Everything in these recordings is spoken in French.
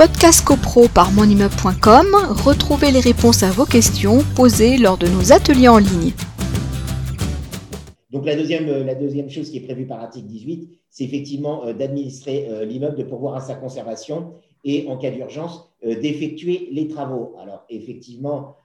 Podcast CoPro par monimmeuble.com, retrouvez les réponses à vos questions posées lors de nos ateliers en ligne. Donc la deuxième chose qui est prévue par l'article 18, c'est effectivement d'administrer l'immeuble, de pourvoir à sa conservation et en cas d'urgence, d'effectuer les travaux. Alors effectivement,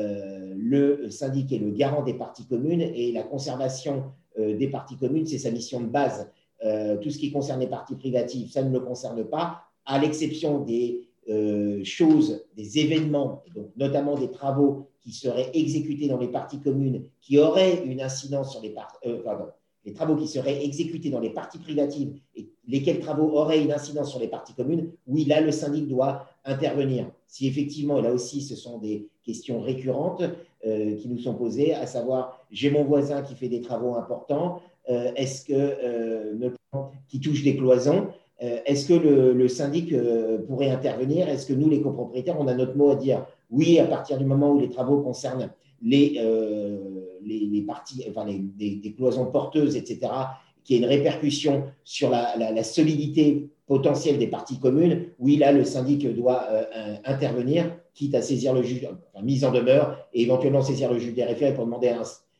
le syndic est le garant des parties communes et la conservation des parties communes, c'est sa mission de base. Tout ce qui concerne les parties privatives, ça ne le concerne pas, à l'exception des choses, des événements, donc notamment des travaux qui seraient exécutés dans les parties communes, qui auraient une incidence sur les travaux qui seraient exécutés dans les parties privatives et lesquels travaux auraient une incidence sur les parties communes, oui, là, le syndic doit intervenir. Si effectivement, et là aussi, ce sont des questions récurrentes qui nous sont posées, à savoir, j'ai mon voisin qui fait des travaux importants, est-ce que qui touche des cloisons, est-ce que le syndic pourrait intervenir? Est-ce que nous, les copropriétaires, on a notre mot à dire? Oui, à partir du moment où les travaux concernent les parties, enfin des cloisons porteuses, etc., qui a une répercussion sur la solidité potentielle des parties communes, oui, là, le syndic doit intervenir, quitte à saisir le juge, enfin, mise en demeure, et éventuellement saisir le juge des référés pour demander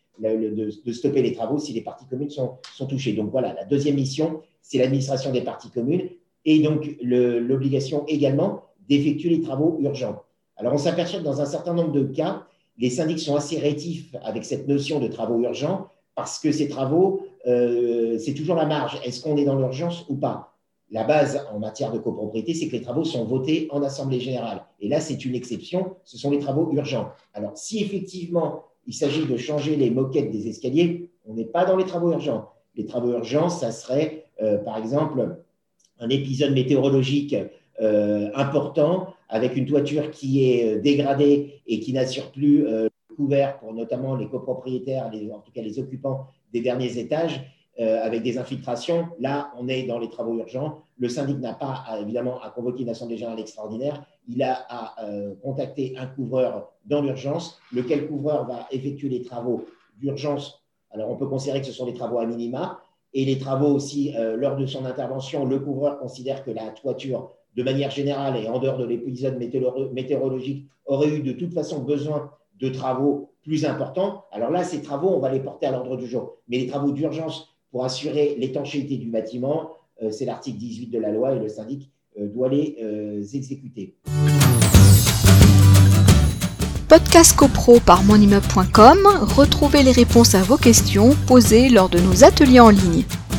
de stopper les travaux si les parties communes sont touchées. Donc voilà, la deuxième mission, c'est l'administration des parties communes et donc l'obligation également d'effectuer les travaux urgents. Alors on s'aperçoit que dans un certain nombre de cas, les syndics sont assez rétifs avec cette notion de travaux urgents parce que ces travaux, c'est toujours la marge. Est-ce qu'on est dans l'urgence ou pas? La base en matière de copropriété, c'est que les travaux sont votés en assemblée générale. Et là, c'est une exception, ce sont les travaux urgents. Alors si effectivement, il s'agit de changer les moquettes des escaliers, on n'est pas dans les travaux urgents. Les travaux urgents, ça serait, par exemple, un épisode météorologique important avec une toiture qui est dégradée et qui n'assure plus le couvert pour notamment les copropriétaires, en tout cas les occupants des derniers étages, avec des infiltrations. Là, on est dans les travaux urgents. Le syndic n'a pas, évidemment, à convoquer une assemblée générale extraordinaire. Il a à contacter un couvreur dans l'urgence, lequel couvreur va effectuer les travaux d'urgence. Alors, on peut considérer que ce sont des travaux à minima. Et les travaux aussi, lors de son intervention, le couvreur considère que la toiture, de manière générale et en dehors de l'épisode météorologique, aurait eu de toute façon besoin de travaux plus importants. Alors là, ces travaux, on va les porter à l'ordre du jour. Mais les travaux d'urgence pour assurer l'étanchéité du bâtiment, c'est l'article 18 de la loi et le syndic doit les exécuter. Podcast CoPro par monimmeuble.com, retrouvez les réponses à vos questions posées lors de nos ateliers en ligne.